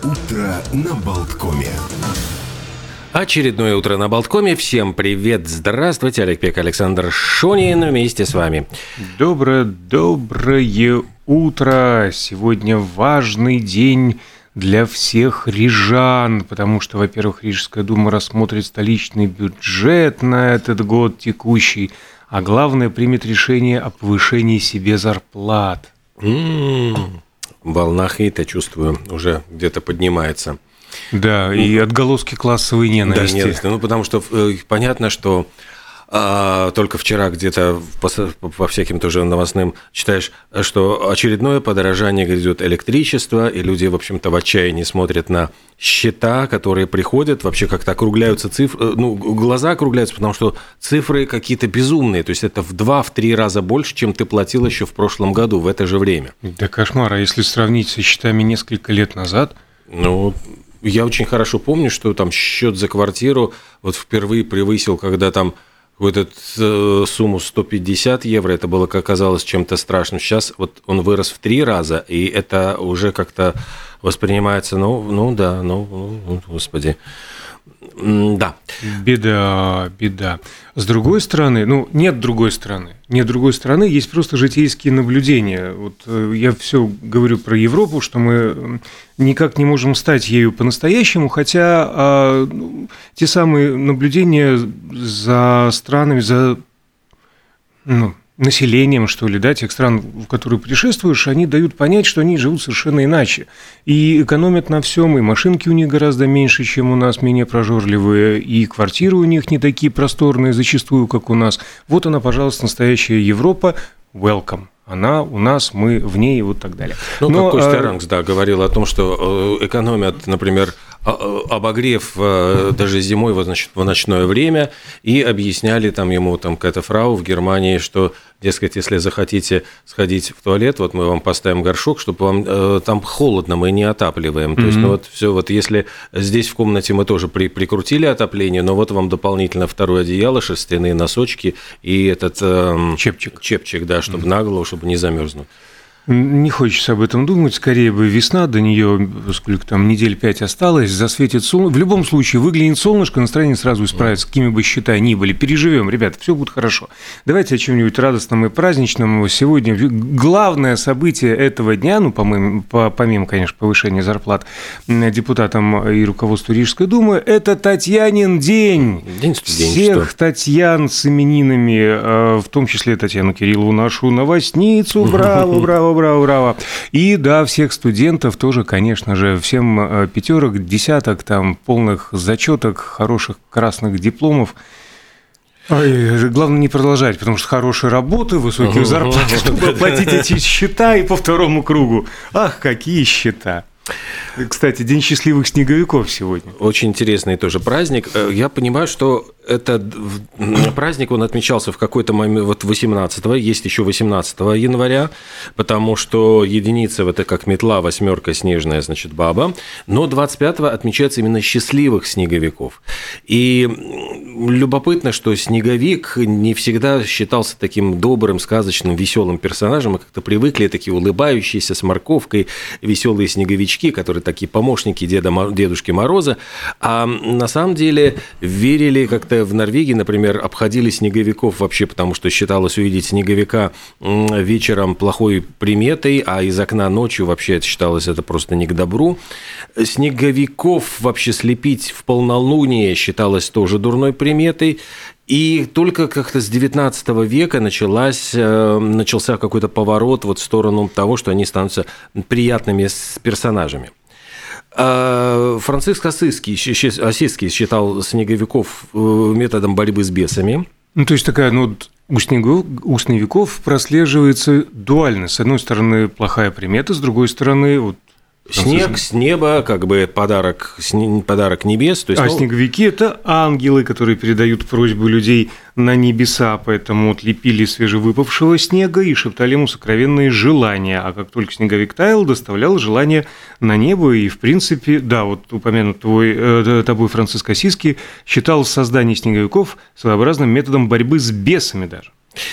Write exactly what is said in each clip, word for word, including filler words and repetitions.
Утро на Болткоме. Очередное утро на Болткоме. Всем привет, здравствуйте. Олег Пек, Александр Шунин вместе с вами. Доброе, доброе утро. Сегодня важный день для всех рижан, потому что, во-первых, Рижская дума рассмотрит столичный бюджет на этот год текущий, а главное, примет решение о повышении себе зарплат. М-м-м. Волна хейта, чувствую, уже где-то поднимается. Да, и отголоски классовой ненависти. Да, ненависти. Ну, потому что э, понятно, что а, только вчера где-то по, по всяким тоже новостным читаешь, что очередное подорожание грядет электричества, и люди, в общем-то, в отчаянии смотрят на счета, которые приходят, вообще как-то округляются цифры, ну, глаза округляются, потому что цифры какие-то безумные, то есть это в два-три раза больше, чем ты платил еще в прошлом году в это же время. Да кошмар, а если сравнить со счетами несколько лет назад? Ну, я очень хорошо помню, что там счет за квартиру вот впервые превысил, когда там какую-то э, сумму сто пятьдесят евро, это было, как оказалось, чем-то страшным. Сейчас вот он вырос в три раза, и это уже как-то воспринимается, ну, ну да, ну, ну, господи. Да. Беда, беда. С другой стороны, ну, нет другой стороны. Нет другой стороны, есть просто житейские наблюдения. Вот я все говорю про Европу, что мы никак не можем стать ею по-настоящему, хотя а, ну, те самые наблюдения за странами, за ну, населением, что ли, да, тех стран, в которые путешествуешь, они дают понять, что они живут совершенно иначе. И экономят на всем, и машинки у них гораздо меньше, чем у нас, менее прожорливые, и квартиры у них не такие просторные зачастую, как у нас. Вот она, пожалуйста, настоящая Европа. Welcome. Она у нас, мы в ней и вот так далее. Ну, Но, как Костя а... Ранкс, да, говорил о том, что экономят, например, обогрев даже зимой в ночное время, и объясняли там ему там какая-то фрау в Германии, что, дескать, если захотите сходить в туалет, вот мы вам поставим горшок, чтобы вам там холодно, мы не отапливаем. Mm-hmm. То есть, ну вот все, вот если здесь в комнате мы тоже при, прикрутили отопление, но вот вам дополнительно второе одеяло, шерстяные носочки и этот эм, чепчик, чепчик, да, чтобы mm-hmm. на голову, чтобы не замерзнуть. Не хочется об этом думать, скорее бы весна, до нее сколько там, недель пять осталось, засветит солнце. В любом случае, выглянет солнышко, настроение сразу исправится, какими бы счета ни были. Переживем, ребята, все будет хорошо. Давайте о чем-нибудь радостном и праздничном. Сегодня главное событие этого дня, ну, помимо, помимо, конечно, повышения зарплат депутатам и руководству Рижской думы, это Татьянин день. День Всех что? Татьян с именинами, в том числе Татьяну Кириллову, нашу новостницу. Браво, браво. Браво, браво. И да, всех студентов тоже, конечно же, всем пятерок, десяток, там, полных зачеток, хороших красных дипломов. Ой, главное не продолжать, потому что хорошие работы, высокие зарплаты, чтобы оплатить эти счета и по второму кругу. Ах, какие счета. Кстати, День счастливых снеговиков сегодня. Очень интересный тоже праздник. Я понимаю, что этот праздник, он отмечался в какой-то момент, вот восемнадцатого, есть еще восемнадцатого января, потому что единица, это как метла, восьмерка, снежная, значит, баба, но двадцать пятого отмечается именно счастливых снеговиков. И любопытно, что снеговик не всегда считался таким добрым, сказочным, веселым персонажем, мы как-то привыкли, такие улыбающиеся, с морковкой, веселые снеговички, которые такие помощники Деда, Дедушки Мороза, а на самом деле верили как-то в Норвегии, например, обходили снеговиков вообще, потому что считалось увидеть снеговика вечером плохой приметой, а из окна ночью вообще это считалось это просто не к добру. Снеговиков вообще слепить в полнолуние считалось тоже дурной приметой. И только как-то с девятнадцатого века началась, начался какой-то поворот вот в сторону того, что они становятся приятными персонажами. Франциск Ассизский считал снеговиков методом борьбы с бесами. Ну, то есть такая, ну, у снеговиков прослеживается дуальность. С одной стороны, плохая примета, с другой стороны, вот снег с неба, как бы подарок, подарок небес. То есть, а ну... снеговики – это ангелы, которые передают просьбу людей на небеса, поэтому вот лепили свежевыпавшего снега и шептали ему сокровенные желания. А как только снеговик таял, доставлял желание на небо. И, в принципе, да, вот упомянут твой, э, тобой Франциск Ассизский считал создание снеговиков своеобразным методом борьбы с бесами даже.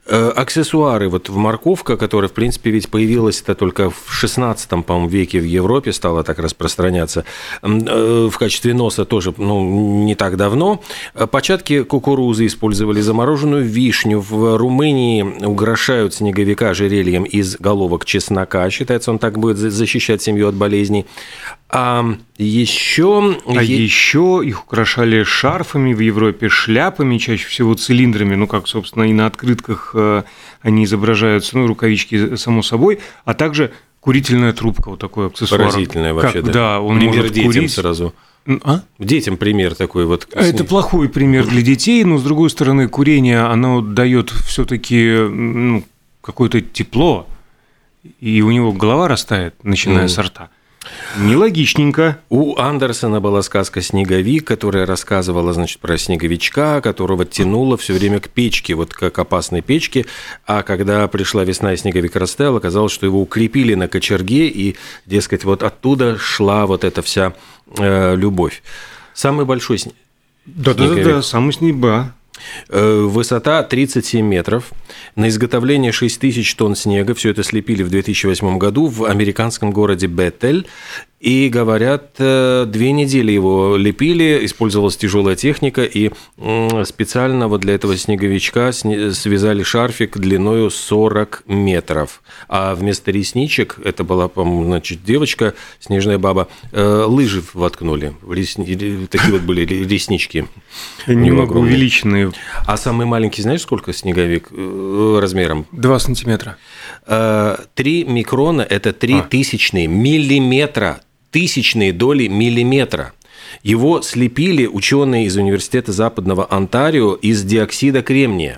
Аксессуары, вот морковка, которая, в принципе, ведь появилась-то только в шестнадцатом, по-моему, веке в Европе, стала так распространяться, в качестве носа тоже, ну, не так давно. Початки кукурузы использовали, замороженную вишню. В Румынии украшают снеговика ожерельем из головок чеснока, считается, он так будет защищать семью от болезней. А еще... А е... еще их украшали шарфами в Европе, шляпами, чаще всего цилиндрами, ну, как, собственно, и на открытках они изображаются, ну, рукавички, само собой, а также курительная трубка, вот такой аксессуар. Поразительная вообще, как, да. Да, он пример может детям курить. Сразу. А? Детям пример такой вот. Это плохой пример для детей, но, с другой стороны, курение, оно дает все-таки, ну, какое-то тепло, и у него голова растает, начиная mm. с рта. Нелогичненько. У Андерсона была сказка «Снеговик», которая рассказывала, значит, про снеговичка, которого тянуло все время к печке, вот как опасной печке. А когда пришла весна и снеговик растаял, оказалось, что его укрепили на кочерге, и, дескать, вот оттуда шла вот эта вся э, любовь. Самый большой снеговик. Да-да-да, самый снега. Высота тридцать семь метров. На изготовление шесть тысяч тонн снега. Все это слепили в две тысячи восьмом году в американском городе Беттель. И, говорят, две недели его лепили, использовалась тяжелая техника, и специально вот для этого снеговичка связали шарфик длиною сорок метров. А вместо ресничек, это была, по-моему, значит, девочка, снежная баба, лыжи воткнули. Ресни... Такие вот были реснички. Немного увеличенные. А самый маленький, знаешь, сколько снеговик размером? Два сантиметра. Три микрона – это три а. тысячные миллиметра. Тысячные доли миллиметра. Его слепили ученые из Университета Западного Онтарио из диоксида кремния.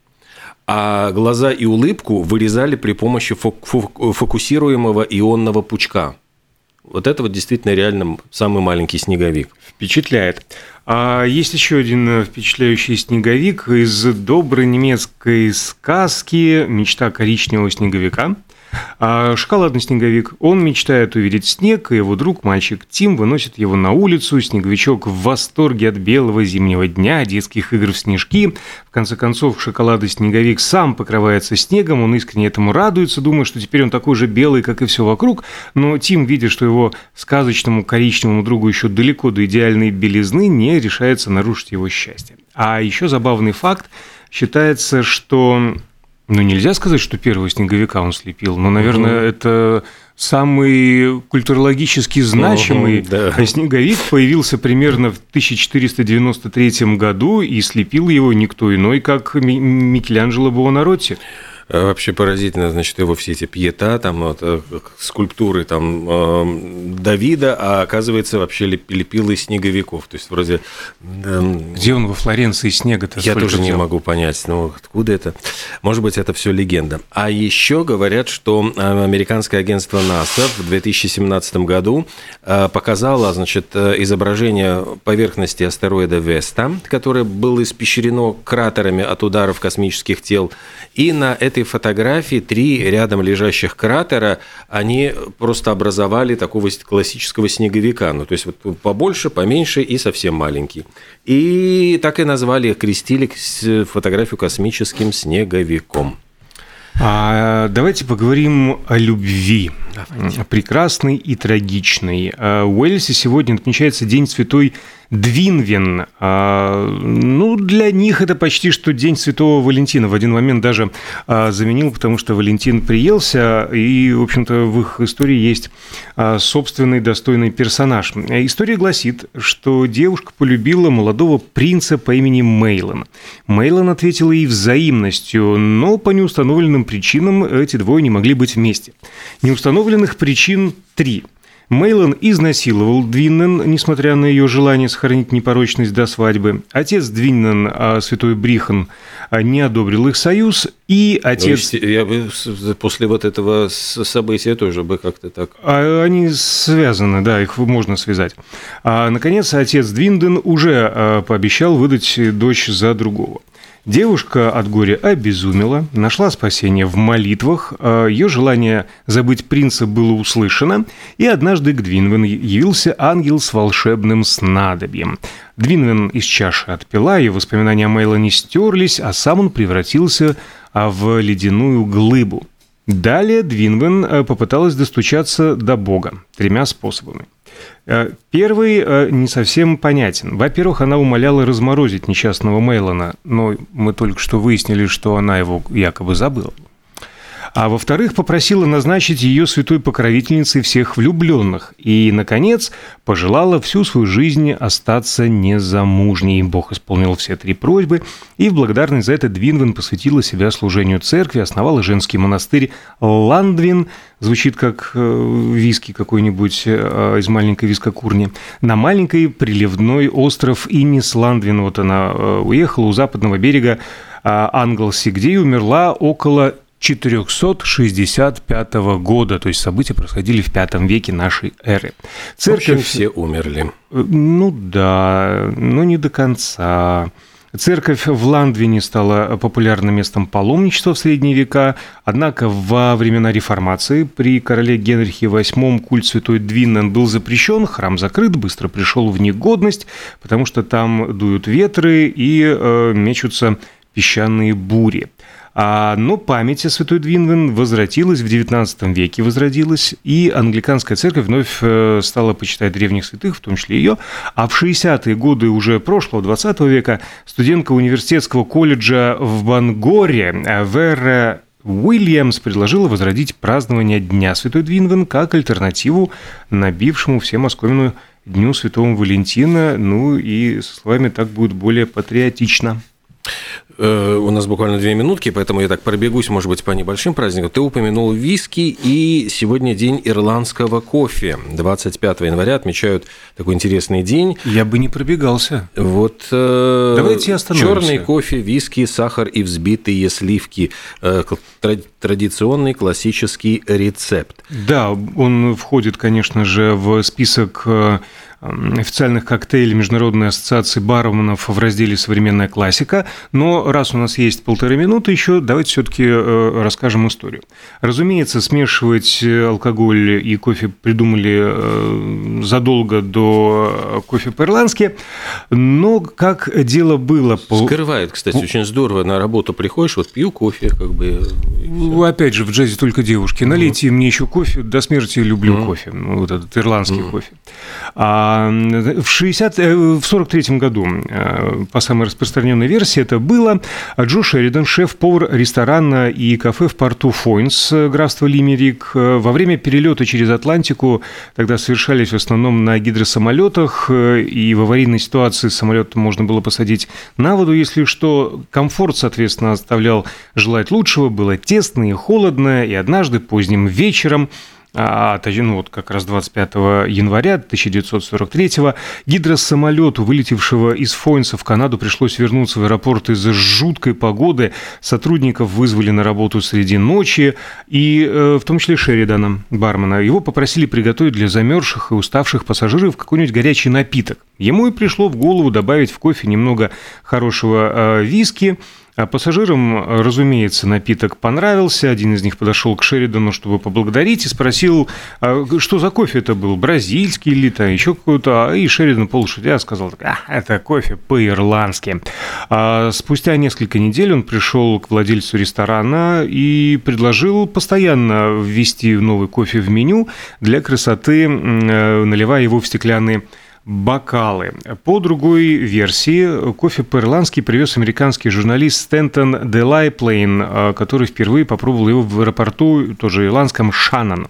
А глаза и улыбку вырезали при помощи фокусируемого ионного пучка. Вот это вот действительно реально самый маленький снеговик. Впечатляет. А есть еще один впечатляющий снеговик из доброй немецкой сказки «Мечта коричневого снеговика». А шоколадный снеговик, он мечтает увидеть снег, и его друг, мальчик Тим, выносит его на улицу. Снеговичок в восторге от белого зимнего дня, детских игр в снежки. В конце концов, шоколадный снеговик сам покрывается снегом, он искренне этому радуется, думая, что теперь он такой же белый, как и все вокруг. Но Тим, видя, что его сказочному коричневому другу еще далеко до идеальной белизны, не решается нарушить его счастье. А еще забавный факт, считается, что... Ну, нельзя сказать, что первого снеговика он слепил, но, наверное, uh-huh. это самый культурологически значимый uh-huh, да. снеговик. Появился примерно в тысяча четыреста девяносто третьем году, и слепил его никто иной, как Микеланджело Буонаротти. Вообще поразительно, значит, его все эти пьета, там, вот, скульптуры там, э, Давида, а оказывается, вообще лепил из снеговиков. То есть, вроде... Э, Где он во Флоренции снега-то? Я тоже не могу понять, ну, откуда это? Может быть, это все легенда. А еще говорят, что американское агентство НАСА в две тысячи семнадцатом году показало, значит, изображение поверхности астероида Веста, которое было испещрено кратерами от ударов космических тел, и на этой фотографии три рядом лежащих кратера, они просто образовали такого классического снеговика. Ну, то есть, вот побольше, поменьше и совсем маленький. И так и назвали, окрестили фотографию космическим снеговиком. А давайте поговорим о любви. Давайте. Прекрасной и трагичной. В Уэльсе сегодня отмечается День Святой Двинвен. Ну, для них это почти что День Святого Валентина. В один момент даже заменил, потому что Валентин приелся, и, в общем-то, в их истории есть собственный достойный персонаж. История гласит, что девушка полюбила молодого принца по имени Мейлон. Мейлон ответила ей взаимностью, но по неустановленным причинам эти двое не могли быть вместе. Неустановленных причин три. Мейлон изнасиловал Двинвен, несмотря на ее желание сохранить непорочность до свадьбы. Отец Двинвен, святой Брихан, не одобрил их союз, и отец... Ну, я бы после вот этого события тоже бы как-то так... Они связаны, да, их можно связать. А, наконец, отец Двинвен уже пообещал выдать дочь за другого. Девушка от горя обезумела, нашла спасение в молитвах, ее желание забыть принца было услышано, и однажды к Двинвен явился ангел с волшебным снадобьем. Двинвен из чаши отпила, ее воспоминания о Мейлоне стерлись, а сам он превратился в ледяную глыбу. Далее Двинвен попыталась достучаться до Бога тремя способами. Первый не совсем понятен. Во-первых, она умоляла разморозить несчастного Мейлона, но мы только что выяснили, что она его якобы забыла. А во-вторых, попросила назначить ее святой покровительницей всех влюбленных. И, наконец, пожелала всю свою жизнь остаться незамужней. Бог исполнил все три просьбы, и в благодарность за это Двинвен посвятила себя служению церкви, основала женский монастырь Ландвин, звучит как виски какой-нибудь из маленькой вискокурни, на маленький приливной остров Иннис Ландвин. Вот она уехала у западного берега Англси, где и умерла около четыреста шестьдесят пятого года, то есть события происходили в пятом веке нашей эры. Церковь... В общем, все умерли. Ну да, но не до конца. Церковь в Ландвине стала популярным местом паломничества в средние века, однако во времена реформации при короле Генрихе восьмом культ святой Двинвен был запрещен, храм закрыт, быстро пришел в негодность, потому что там дуют ветры и э, мечутся песчаные бури. Но память о святой Двинвен возвратилась в девятнадцатом веке, возродилась, и англиканская церковь вновь стала почитать древних святых, в том числе ее, а в шестидесятые годы уже прошлого двадцатого века студентка университетского колледжа в Бангоре Вера Уильямс предложила возродить празднование Дня святой Двинвен как альтернативу набившему все московину Дню святого Валентина, ну и со словами «так будет более патриотично». У нас буквально две минутки, поэтому я так пробегусь, может быть, по небольшим праздникам. Ты упомянул виски, и сегодня день ирландского кофе. двадцать пятого января отмечают такой интересный день. Я бы не пробегался. Вот давайте остановимся. Черный кофе, виски, сахар и взбитые сливки. Традиционный классический рецепт. Да, он входит, конечно же, в список официальных коктейлей Международной ассоциации барменов в разделе «Современная классика». Но раз у нас есть полторы минуты еще, давайте все-таки расскажем историю. Разумеется, смешивать алкоголь и кофе придумали задолго до кофе по-ирландски, но как дело было... Скрывает, кстати, очень здорово. На работу приходишь, вот пью кофе, как бы... Опять же, в джазе только девушки. Налейте mm-hmm. мне еще кофе, до смерти люблю mm-hmm. кофе, вот этот ирландский mm-hmm. кофе. А в, шестьдесят, в сорок третьем году, по самой распространенной версии, это было. Джо Шеридан, шеф-повар ресторана и кафе в порту Фойнс, графство Лимерик, во время перелета через Атлантику, тогда совершались в основном на гидросамолетах, и в аварийной ситуации самолет можно было посадить на воду, если что. Комфорт, соответственно, оставлял желать лучшего, было тесно и холодно, и однажды поздним вечером, а, ну, вот как раз двадцать пятого января тысяча девятьсот сорок третьего гидросамолету, вылетевшего из Фойнса в Канаду, пришлось вернуться в аэропорт из-за жуткой погоды. Сотрудников вызвали на работу среди ночи, и э, в том числе Шеридана, бармена. Его попросили приготовить для замерзших и уставших пассажиров какой-нибудь горячий напиток. Ему и пришло в голову добавить в кофе немного хорошего э, виски. А пассажирам, разумеется, напиток понравился. Один из них подошел к Шеридану, чтобы поблагодарить, и спросил, что за кофе это был, бразильский или там еще какой-то. И Шеридан полушутя сказал, а, это кофе по-ирландски. А спустя несколько недель он пришел к владельцу ресторана и предложил постоянно ввести новый кофе в меню для красоты, наливая его в стеклянные бокалы. По другой версии, кофе по-ирландски привез американский журналист Стентон Делайплейн, который впервые попробовал его в аэропорту, тоже ирландском, Шаннон.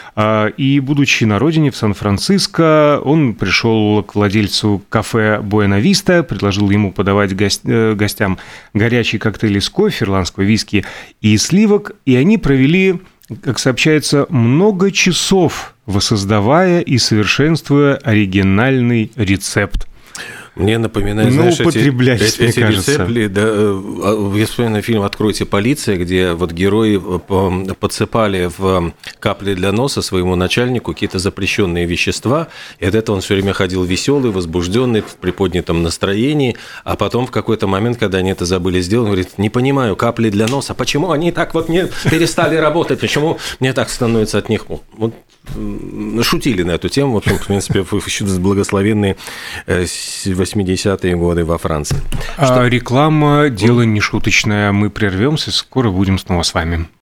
И, будучи на родине, в Сан-Франциско, он пришел к владельцу кафе Буэна Виста, предложил ему подавать гостям горячий коктейль из кофе, ирландского виски и сливок, и они провели, как сообщается, много часов, воссоздавая и совершенствуя оригинальный рецепт. Мне напоминает, ну, знаешь, эти, эти, эти рецепты, да, я вспоминаю фильм «Откройте, полиция», где вот герои подсыпали в капли для носа своему начальнику какие-то запрещенные вещества, и от этого он все время ходил веселый, возбужденный, в приподнятом настроении, а потом в какой-то момент, когда они это забыли сделать, он говорит, не понимаю, капли для носа, почему они так вот не перестали работать, почему мне так становится от них... Вот шутили на эту тему, в принципе, в благословенные восьмидесятые годы во Франции. А что... реклама – дело не шуточное. Мы прервемся, скоро будем снова с вами.